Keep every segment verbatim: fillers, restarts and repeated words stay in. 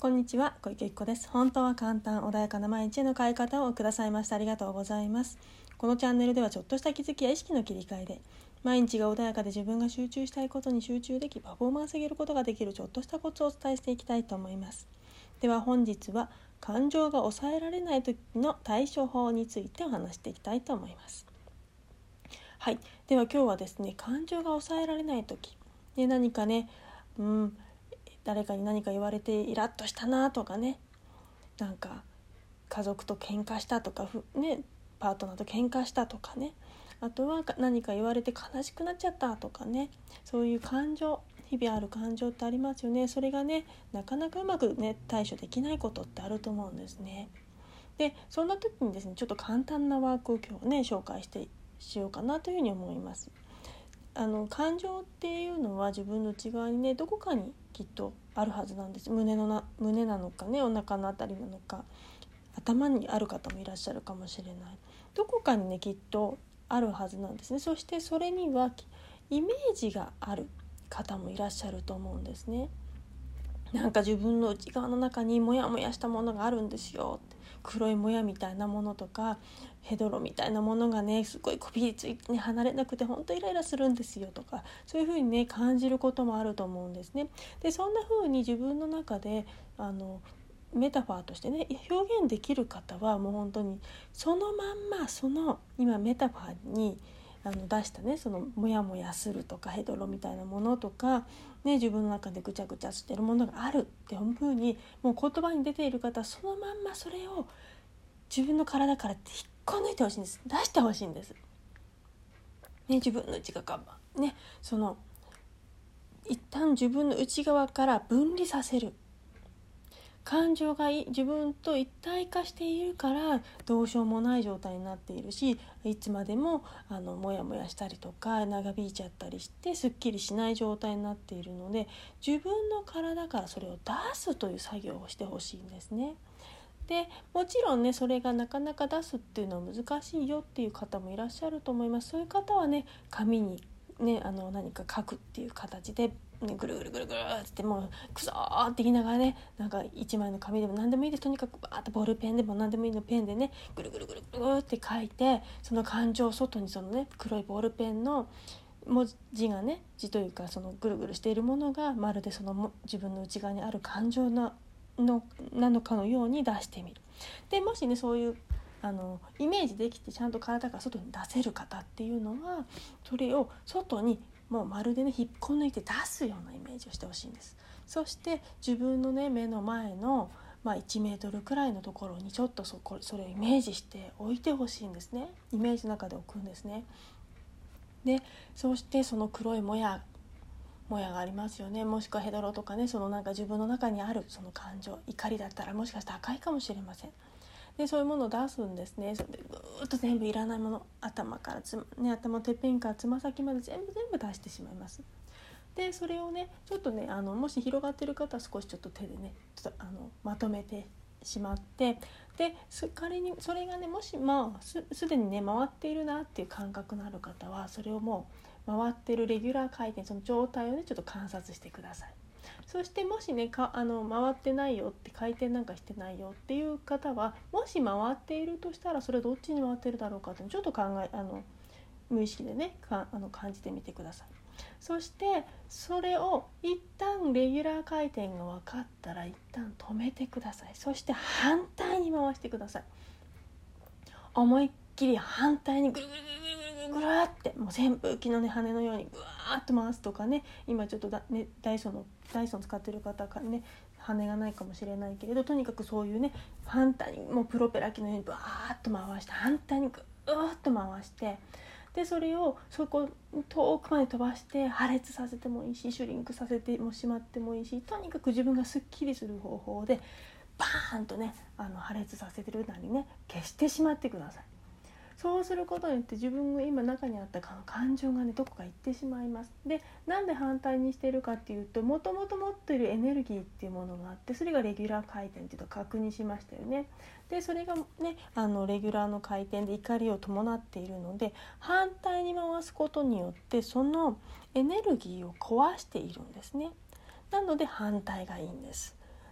こんにちは、小池由紀子です。本当は簡単、穏やかな毎日への変え方をくださいましたありがとうございます。このチャンネルではちょっとした気づきや意識の切り替えで毎日が穏やかで自分が集中したいことに集中できパフォーマンスを上げることができるちょっとしたコツをお伝えしていきたいと思います。では本日は感情が抑えられない時の対処法についてお話していきたいと思います。はい、では今日はですね、感情が抑えられない時で何かね、うん誰かに何か言われてイラッとしたなとかね、なんか家族と喧嘩したとか、ね、パートナーと喧嘩したとかね、あとは何か言われて悲しくなっちゃったとかね、そういう感情、日々ある感情ってありますよね。それがね、なかなかうまくね対処できないことってあると思うんですね。で、そんな時にですね、ちょっと簡単なワークを今日ね紹介してしようかなというふうに思います。あの感情っていうのは自分の内側にねどこかにきっとあるはずなんです。胸のな胸なのかね、お腹のあたりなのか、頭にある方もいらっしゃるかもしれない。どこかにねきっとあるはずなんですね。そしてそれにはイメージがある方もいらっしゃると思うんですね。なんか自分の内側の中にモヤモヤしたものがあるんですよ。黒いモヤみたいなものとかヘドロみたいなものがねすごいこびりついて、ね、離れなくて本当イライラするんですよとか、そういう風にね感じることもあると思うんですね。でそんな風に自分の中であのメタファーとしてね表現できる方はもう本当にそのまんまその今メタファーにあの出したねそのモヤモヤするとかヘドロみたいなものとか、ね、自分の中でぐちゃぐちゃしてるものがあるっていう風にもう言葉に出ている方はそのまんまそれを自分の体から引っこ抜いてほしいんです。出してほしいんです、ね、自分の内側からね、その一旦自分の内側から分離させる。感情が自分と一体化しているからどうしようもない状態になっているし、いつまでもあのモヤモヤしたりとか長引いちゃったりしてすっきりしない状態になっているので、自分の体からそれを出すという作業をしてほしいんですね。でもちろんねそれがなかなか出すっていうのは難しいよっていう方もいらっしゃると思います。そういう方はね紙にねあの何か書くっていう形でね、ぐるぐるぐるぐるってもうクソーって言いながらね、なんか一枚の紙でも何でもいいです。とにかくバーッとボールペンでも何でもいいのペンでねぐるぐるぐるぐるって書いて、その感情を外にそのね黒いボールペンの文字がね字というかそのぐるぐるしているものがまるでその自分の内側にある感情ののなのかのように出してみる。でもしねそういうあのイメージできてちゃんと体から外に出せる方っていうのはそれを外にもうまるでね引っこ抜いて出すようなイメージをしてほしいんです。そして自分のね目の前の、まあ、いちメートルくらいのところにちょっと そ, こそれをイメージして置いてほしいんですね。イメージの中で置くんですね。でそしてその黒いもやもやがありますよね。もしくはヘドロとかね、そのなんか自分の中にあるその感情、怒りだったらもしかしたら赤いかもしれません。でそういうものを出すんですね。それでぐーっと全部いらないもの、頭からつ、ね、頭のてっぺんからつま先まで全部全部出してしまいます。でそれをねちょっとねあのもし広がってる方は少しちょっと手でねちょっとあのまとめてしまって、で仮にそれがねもしまあ す, すでにね回っているなっていう感覚のある方はそれをもう回ってるレギュラー回転その状態をねちょっと観察してください。そしてもしねかあの回ってないよって回転なんかしてないよっていう方はもし回っているとしたらそれどっちに回ってるだろうかってちょっと考えあの無意識でねかあの感じてみてください。そしてそれを一旦レギュラー回転が分かったら一旦止めてください。そして反対に回してください。思いっきり反対にぐるぐるぐるぐるぐるぐるってもう扇風機のね羽のようにぐわーっと回すとかね、今ちょっとだ、ね、ダイソンのダイソン使ってる方からね羽がないかもしれないけれど、とにかくそういうね反対にもうプロペラ機のようにぐわーっと回して反対にぐーっと回して、でそれをそこ遠くまで飛ばして破裂させてもいいしシュリンクさせてもしまってもいいし、とにかく自分がすっきりする方法でバーンとねあの破裂させてるなりね消してしまってください。そうすることによって自分が今中にあった感情がねどこか行ってしまいます。でなんで反対にしているかっていうと、もともと持っているエネルギーっていうものがあって、それがレギュラー回転っていうと確認しましたよね。でそれがねあのレギュラーの回転で怒りを伴っているので、反対に回すことによってそのエネルギーを壊しているんですね。なので反対がいいんです。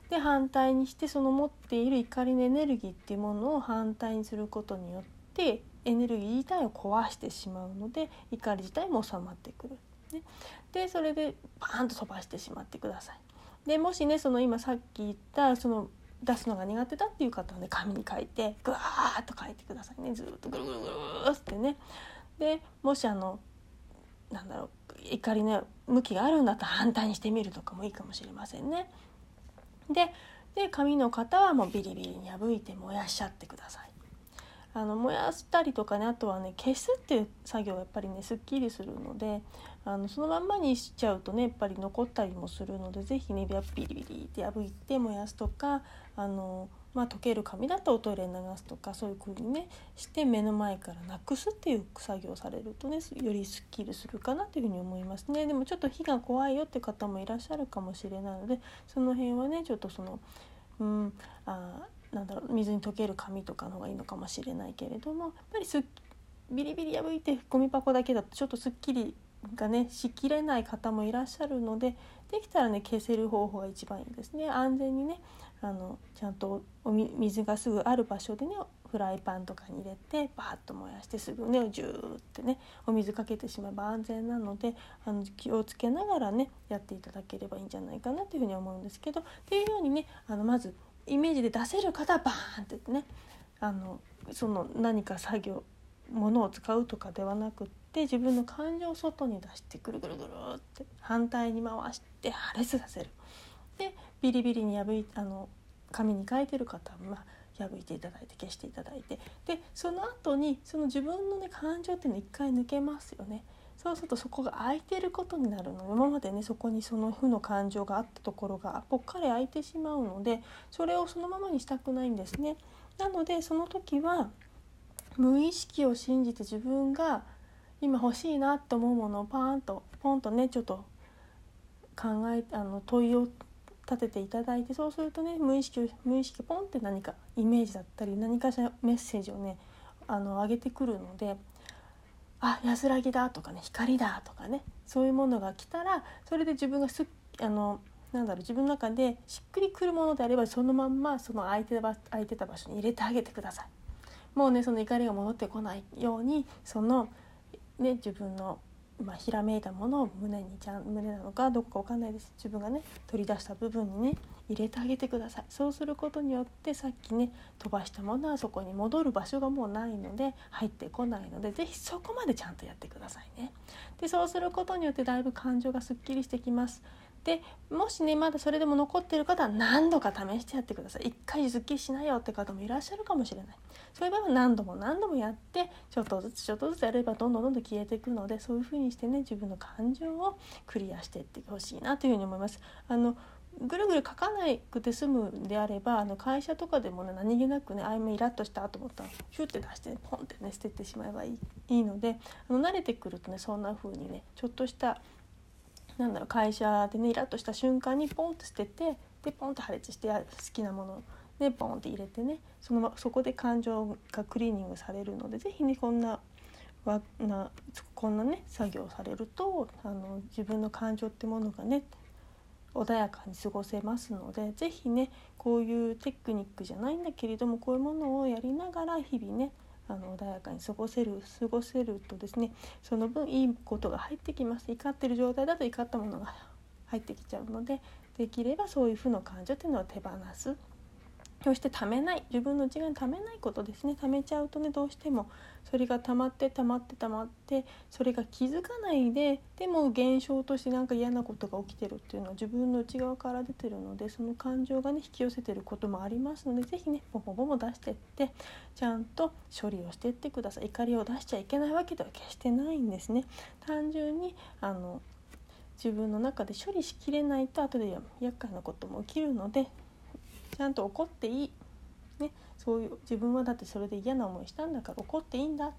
で反対にしてその持っている怒りのエネルギーっていうものを反対にすることによってエネルギー自体を壊してしまうので怒り自体も収まってくる、ね、でそれでバーンと飛ばしてしまってください。でもしねその今さっき言ったその出すのが苦手だっていう方はね紙に書いてぐわーっと書いてくださいね。ずっとぐるぐるぐるってね。でもしあのなんだろう怒りの向きがあるんだったら反対にしてみるとかもいいかもしれませんね。で、で紙の方はもうビリビリに破いて燃やしちゃってください。あの燃やしたりとかね、あとはね消すっていう作業はやっぱりねすっきりするので、あのそのまんまにしちゃうとねやっぱり残ったりもするので、ぜひねビリビリって破いて燃やすとか、あのまあ溶ける紙だとおトイレに流すとか、そういう風にねして目の前からなくすっていう作業をされるとねよりすっきりするかなというふうに思いますね。でもちょっと火が怖いよって方もいらっしゃるかもしれないので、その辺はねちょっとそのうんあなんだろう水に溶ける紙とかの方がいいのかもしれないけれども、やっぱりすっビリビリ破いてゴミ箱だけだとちょっとすっきりがねしきれない方もいらっしゃるので、できたらね消せる方法が一番いいですね。安全にねあのちゃんとお水がすぐある場所でねフライパンとかに入れてバーッと燃やしてすぐねジューってねお水かけてしまえば安全なので、あの気をつけながらねやっていただければいいんじゃないかなというふうに思うんですけど、っていうようにねあのまずイメージで出せる方はバーンってねあのその何か作業物を使うとかではなくって、自分の感情を外に出してぐるぐるぐるって反対に回して破裂させる。でビリビリに破いあの紙に書いてる方は、まあ、破いていただいて消していただいて、でその後にその自分の、ね、感情っていうのを一回抜けますよね。そうするとそこが空いてることになるので、今までねそこにその負の感情があったところがぽっかり空いてしまうので、それをそのままにしたくないんですね。なのでその時は無意識を信じて、自分が今欲しいなと思うものをパーンとポンとねちょっと考えあの問いを立てていただいて、そうするとね無意識を無意識ポンって何かイメージだったり何かしらメッセージをねあの上げてくるので、あ安らぎだとかね光だとかね、そういうものが来たらそれで自分がすあのなんだろう自分の中でしっくりくるものであればそのまんまその空いてた空いてた場所に入れてあげてください。もうねその怒りが戻ってこないようにそのね自分のまあ、ひらめいたものを胸にちゃん胸なのかどこかわかんないです、自分がね取り出した部分にね入れてあげてください。そうすることによってさっきね飛ばしたものはそこに戻る場所がもうないので入ってこないので、ぜひそこまでちゃんとやってくださいね。でそうすることによってだいぶ感情がすっきりしてきます。でもしねまだそれでも残っている方は何度か試してやってください。一回すっきりしないよって方もいらっしゃるかもしれない。そういう場合は何度も何度もやってちょっとずつちょっとずつやればどんどんどんどん消えていくので、そういう風にしてね自分の感情をクリアしていってほしいなというふうに思います。あのぐるぐる書かなくて済むんであれば、あの会社とかでもね何気なくねあいもイラッとしたと思ったらヒュッて出してポンってね捨ててしまえばいい、いいので、あの慣れてくるとねそんな風にねちょっとしたなんだろう会社でねイラッとした瞬間にポンって捨てて、でポンって破裂して好きなものでポンって入れてね、そのそこで感情がクリーニングされるので、ぜひねこんなわなこんなね作業をされるとあの自分の感情ってものがね穏やかに過ごせますので、ぜひねこういうテクニックじゃないんだけれどもこういうものをやりながら日々ねあの穏やかに過ごせる過ごせるとですね、その分いいことが入ってきます。怒ってる状態だと怒ったものが入ってきちゃうので、できればそういう負の感情っていうのは手放す。そして溜めない、自分の内側に溜めないことですね。溜めちゃうとねどうしてもそれが溜まって溜まって溜まって、それが気づかないででも現象としてなんか嫌なことが起きてるっていうのは自分の内側から出てるので、その感情がね引き寄せてることもありますので、ぜひねボボボボ出してってちゃんと処理をしていってください。怒りを出しちゃいけないわけでは決してないんですね。単純にあの自分の中で処理しきれないと後で厄介なことも起きるので、ちゃんと怒っていい、ね、そういう自分はだってそれで嫌な思いしたんだから怒っていいんだって。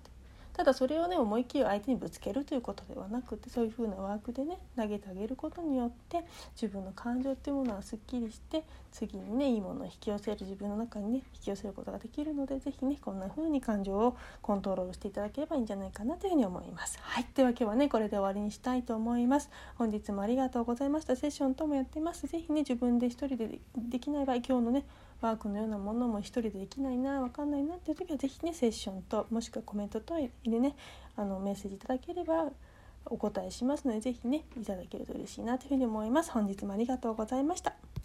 ただそれをね思いっきり相手にぶつけるということではなくて、そういう風なワークでね投げてあげることによって自分の感情っていうものはすっきりして、次にねいいものを引き寄せる、自分の中にね引き寄せることができるので、ぜひねこんな風に感情をコントロールしていただければいいんじゃないかなというふうに思います。はい、では今日はねこれで終わりにしたいと思います。本日もありがとうございました。セッションともやってます。ぜひね自分で一人でできない場合、今日のねワークのようなものも一人でできないな、わかんないなっていう時はぜひねセッションともしくはコメントとでねあのメッセージいただければお答えしますので、ぜひねいただけると嬉しいなというふうに思います。本日もありがとうございました。